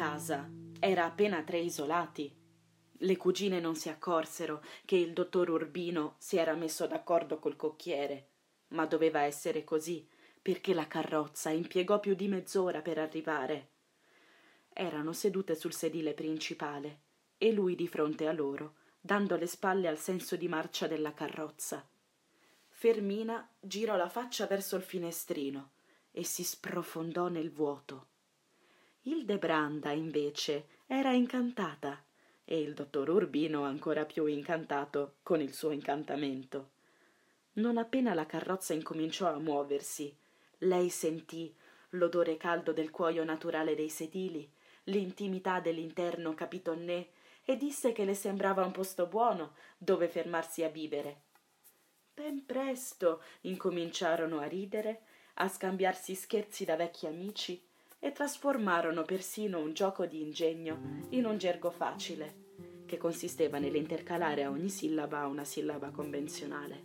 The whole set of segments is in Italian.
casa era appena 3 isolati. Le cugine non si accorsero che il dottor Urbino si era messo d'accordo col cocchiere, ma doveva essere così, perché la carrozza impiegò più di mezz'ora per arrivare. Erano sedute sul sedile principale e lui di fronte a loro, dando le spalle al senso di marcia della carrozza. Fermina girò la faccia verso il finestrino e si sprofondò nel vuoto. Ildebranda, invece, era incantata e il dottor Urbino ancora più incantato con il suo incantamento. Non appena la carrozza incominciò a muoversi, lei sentì l'odore caldo del cuoio naturale dei sedili, l'intimità dell'interno capitonnè e disse che le sembrava un posto buono dove fermarsi a bibere. Ben presto incominciarono a ridere, a scambiarsi scherzi da vecchi amici e trasformarono persino un gioco di ingegno in un gergo facile, che consisteva nell'intercalare a ogni sillaba una sillaba convenzionale.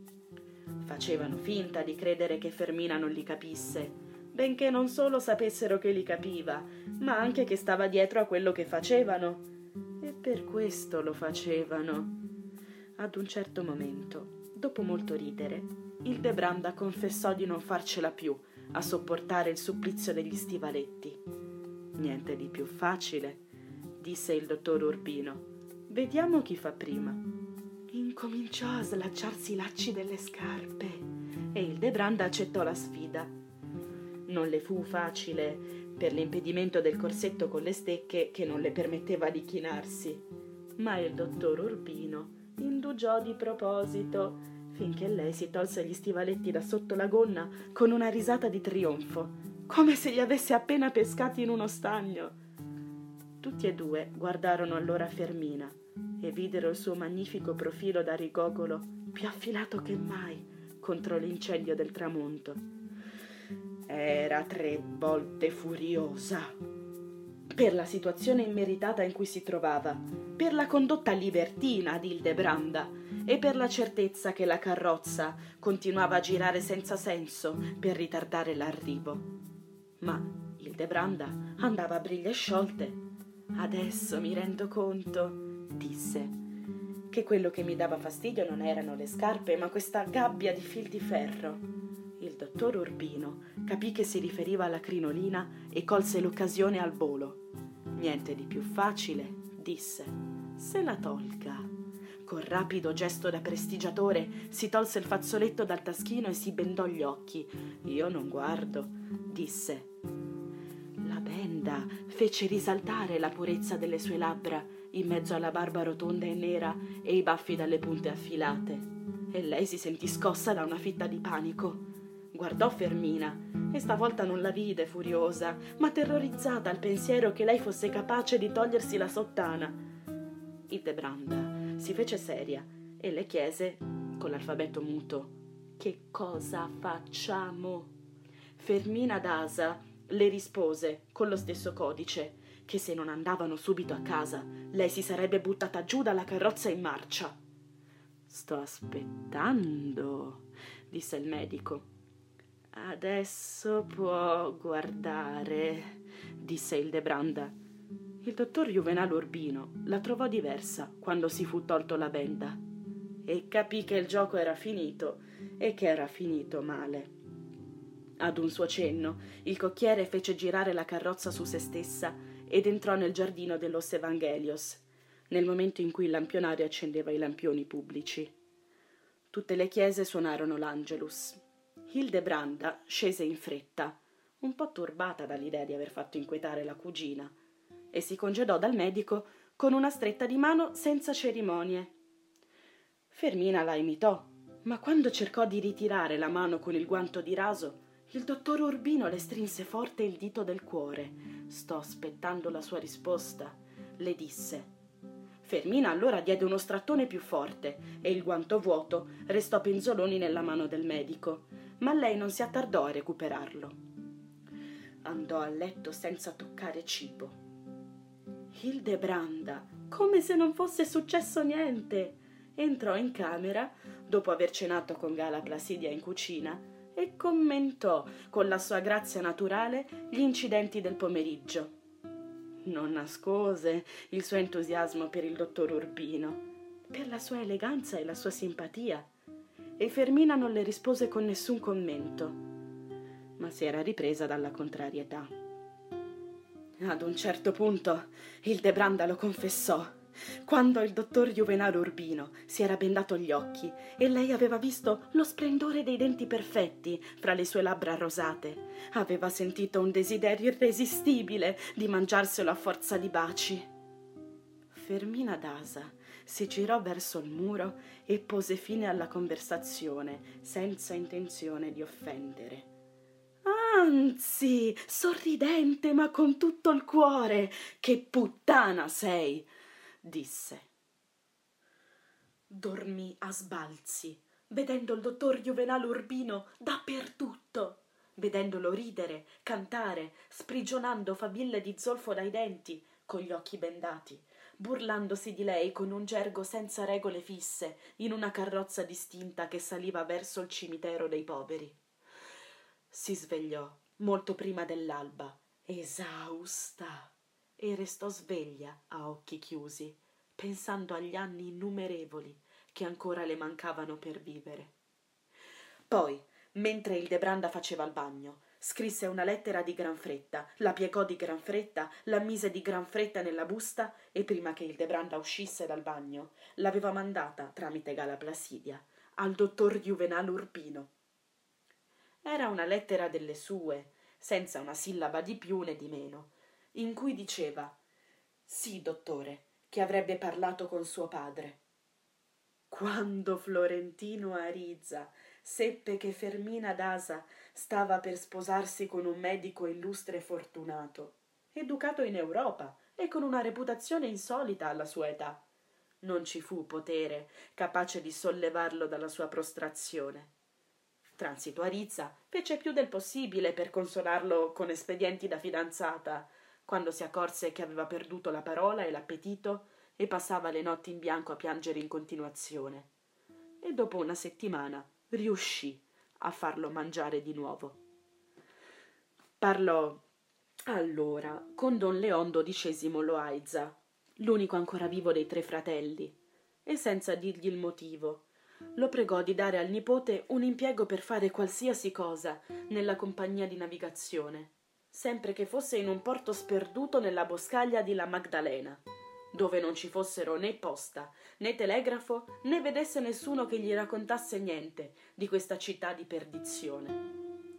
Facevano finta di credere che Fermina non li capisse, benché non solo sapessero che li capiva, ma anche che stava dietro a quello che facevano. E per questo lo facevano. Ad un certo momento, dopo molto ridere, Ildebranda confessò di non farcela più a sopportare il supplizio degli stivaletti. Niente di più facile, disse il dottor Urbino. Vediamo chi fa prima. Incominciò a slacciarsi i lacci delle scarpe e Ildebranda accettò la sfida. Non le fu facile per l'impedimento del corsetto con le stecche che non le permetteva di chinarsi, ma il dottor Urbino indugiò di proposito finché lei si tolse gli stivaletti da sotto la gonna con una risata di trionfo, come se li avesse appena pescati in uno stagno. Tutti e due guardarono allora Fermina e videro il suo magnifico profilo da rigogolo più affilato che mai contro l'incendio del tramonto. Era 3 volte furiosa per la situazione immeritata in cui si trovava, per la condotta libertina di Ildebranda e per la certezza che la carrozza continuava a girare senza senso per ritardare l'arrivo. Ma Ildebranda andava a briglie sciolte. Adesso mi rendo conto, disse, che quello che mi dava fastidio non erano le scarpe, ma questa gabbia di fil di ferro. Il dottor Urbino capì che si riferiva alla crinolina e colse l'occasione al volo. Niente di più facile, disse. Se la tolga. Con rapido gesto da prestigiatore si tolse il fazzoletto dal taschino e si bendò gli occhi. Io non guardo, disse. La benda fece risaltare la purezza delle sue labbra in mezzo alla barba rotonda e nera e i baffi dalle punte affilate, e lei si sentì scossa da una fitta di panico. Guardò Fermina e stavolta non la vide furiosa, ma terrorizzata al pensiero che lei fosse capace di togliersi la sottana. Ildebranda si fece seria e le chiese, con l'alfabeto muto, che cosa facciamo? Fermina d'Asa le rispose con lo stesso codice che se non andavano subito a casa lei si sarebbe buttata giù dalla carrozza in marcia. Sto aspettando, disse il medico. Adesso può guardare, disse Ildebranda. Il dottor Juvenal Urbino la trovò diversa quando si fu tolto la benda e capì che il gioco era finito e che era finito male. Ad un suo cenno, il cocchiere fece girare la carrozza su se stessa ed entrò nel giardino dello Evangelios, nel momento in cui il lampionario accendeva i lampioni pubblici. Tutte le chiese suonarono l'Angelus. Ildebranda scese in fretta, un po' turbata dall'idea di aver fatto inquietare la cugina, e si congedò dal medico con una stretta di mano senza cerimonie. Fermina la imitò, ma quando cercò di ritirare la mano con il guanto di raso, il dottor Urbino le strinse forte il dito del cuore. «Sto aspettando la sua risposta», le disse. Fermina allora diede uno strattone più forte e il guanto vuoto restò penzoloni nella mano del medico, ma lei non si attardò a recuperarlo. Andò a letto senza toccare cibo. Ildebranda, come se non fosse successo niente, entrò in camera, dopo aver cenato con Gala Placidia in cucina, e commentò con la sua grazia naturale gli incidenti del pomeriggio. Non nascose il suo entusiasmo per il dottor Urbino, per la sua eleganza e la sua simpatia, e Fermina non le rispose con nessun commento, ma si era ripresa dalla contrarietà. Ad un certo punto il Debranda lo confessò, quando il dottor Juvenale Urbino si era bendato gli occhi e lei aveva visto lo splendore dei denti perfetti fra le sue labbra rosate, aveva sentito un desiderio irresistibile di mangiarselo a forza di baci. Fermina Dasa si girò verso il muro e pose fine alla conversazione senza intenzione di offendere. Anzi, sorridente, ma con tutto il cuore. Che puttana sei, disse. Dormì a sbalzi, vedendo il dottor Juvenale Urbino dappertutto, vedendolo ridere, cantare, sprigionando faville di zolfo dai denti, con gli occhi bendati, burlandosi di lei con un gergo senza regole fisse, in una carrozza distinta che saliva verso il cimitero dei poveri. Si svegliò molto prima dell'alba, esausta, e restò sveglia a occhi chiusi, pensando agli anni innumerevoli che ancora le mancavano per vivere. Poi, mentre il Debranda faceva il bagno, scrisse una lettera di gran fretta, la piegò di gran fretta, la mise di gran fretta nella busta e prima che il Debranda uscisse dal bagno l'aveva mandata, tramite Gala Placidia, al dottor Juvenale Urbino. Era una lettera delle sue, senza una sillaba di più né di meno, in cui diceva: «Sì, dottore, che avrebbe parlato con suo padre». Quando Florentino Arizza seppe che Fermina Dasa stava per sposarsi con un medico illustre e fortunato, educato in Europa e con una reputazione insolita alla sua età, non ci fu potere capace di sollevarlo dalla sua prostrazione. Transito Arizza fece più del possibile per consolarlo con espedienti da fidanzata, quando si accorse che aveva perduto la parola e l'appetito e passava le notti in bianco a piangere in continuazione. E dopo una settimana riuscì a farlo mangiare di nuovo. Parlò allora con don Leon XII Loaiza, l'unico ancora vivo dei tre fratelli, e senza dirgli il motivo lo pregò di dare al nipote un impiego per fare qualsiasi cosa nella compagnia di navigazione, sempre che fosse in un porto sperduto nella boscaglia di La Magdalena, dove non ci fossero né posta, né telegrafo, né vedesse nessuno che gli raccontasse niente di questa città di perdizione.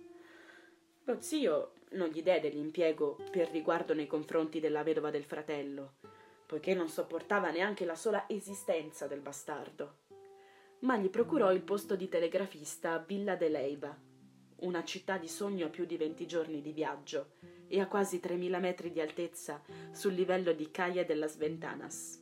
Lo zio non gli diede l'impiego per riguardo nei confronti della vedova del fratello, poiché non sopportava neanche la sola esistenza del bastardo, ma gli procurò il posto di telegrafista a Villa de Leyva, una città di sogno a più di 20 giorni di viaggio e a quasi 3.000 metri di altezza sul livello di Calle de las Ventanas.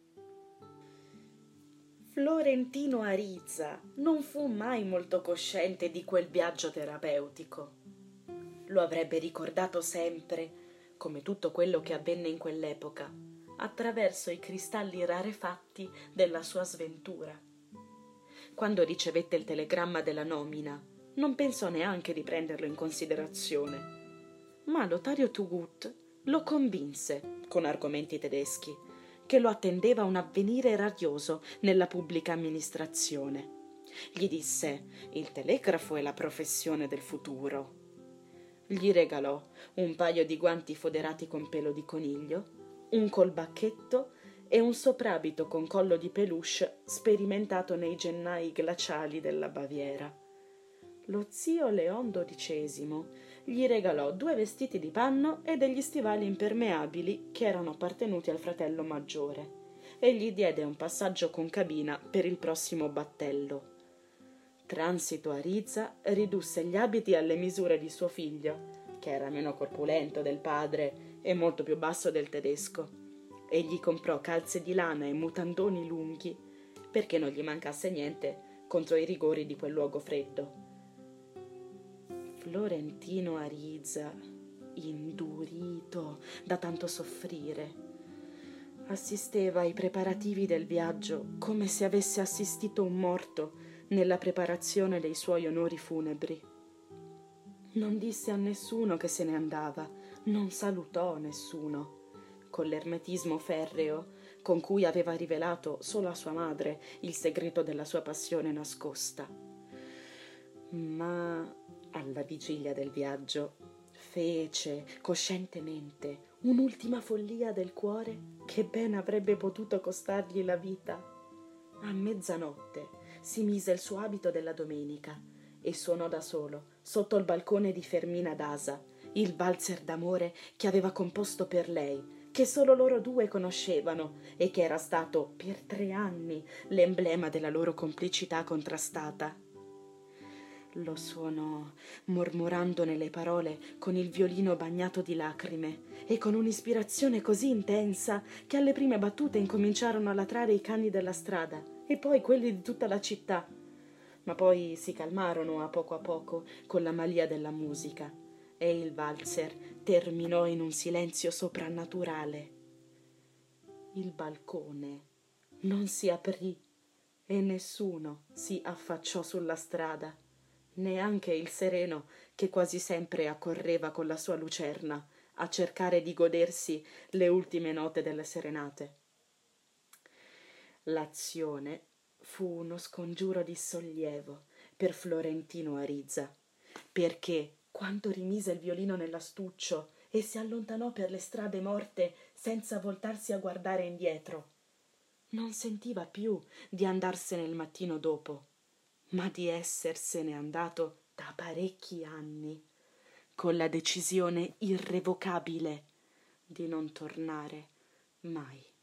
Florentino Arizza non fu mai molto cosciente di quel viaggio terapeutico. Lo avrebbe ricordato sempre, come tutto quello che avvenne in quell'epoca, attraverso i cristalli rarefatti della sua sventura. Quando ricevette il telegramma della nomina, non pensò neanche di prenderlo in considerazione. Ma Lotario Tugut lo convinse, con argomenti tedeschi, che lo attendeva un avvenire radioso nella pubblica amministrazione. Gli disse: «Il telegrafo è la professione del futuro». Gli regalò un paio di guanti foderati con pelo di coniglio, un colbacchetto e un soprabito con collo di peluche sperimentato nei gennai glaciali della Baviera. Lo zio Leon XII gli regalò 2 vestiti di panno e degli stivali impermeabili che erano appartenuti al fratello maggiore e gli diede un passaggio con cabina per il prossimo battello. Transito Arizza ridusse gli abiti alle misure di suo figlio, che era meno corpulento del padre e molto più basso del tedesco, e gli comprò calze di lana e mutandoni lunghi perché non gli mancasse niente contro i rigori di quel luogo freddo. Florentino Arizza, indurito da tanto soffrire, assisteva ai preparativi del viaggio come se avesse assistito un morto nella preparazione dei suoi onori funebri. Non disse a nessuno che se ne andava, non salutò nessuno, con l'ermetismo ferreo con cui aveva rivelato solo a sua madre il segreto della sua passione nascosta. Ma alla vigilia del viaggio fece coscientemente un'ultima follia del cuore che ben avrebbe potuto costargli la vita. A mezzanotte si mise il suo abito della domenica e suonò da solo, sotto il balcone di Fermina Dasa, il valzer d'amore che aveva composto per lei, che solo loro due conoscevano e che era stato per 3 anni l'emblema della loro complicità contrastata. Lo suonò mormorandone le parole con il violino bagnato di lacrime e con un'ispirazione così intensa che alle prime battute incominciarono a latrare i cani della strada e poi quelli di tutta la città. Ma poi si calmarono a poco con la malia della musica e il valzer terminò in un silenzio soprannaturale. Il balcone non si aprì e nessuno si affacciò sulla strada, neanche il sereno che quasi sempre accorreva con la sua lucerna a cercare di godersi le ultime note delle serenate. L'azione fu uno scongiuro di sollievo per Florentino Arizza, perché quando rimise il violino nell'astuccio e si allontanò per le strade morte senza voltarsi a guardare indietro, non sentiva più di andarsene il mattino dopo, ma di essersene andato da parecchi anni, con la decisione irrevocabile di non tornare mai.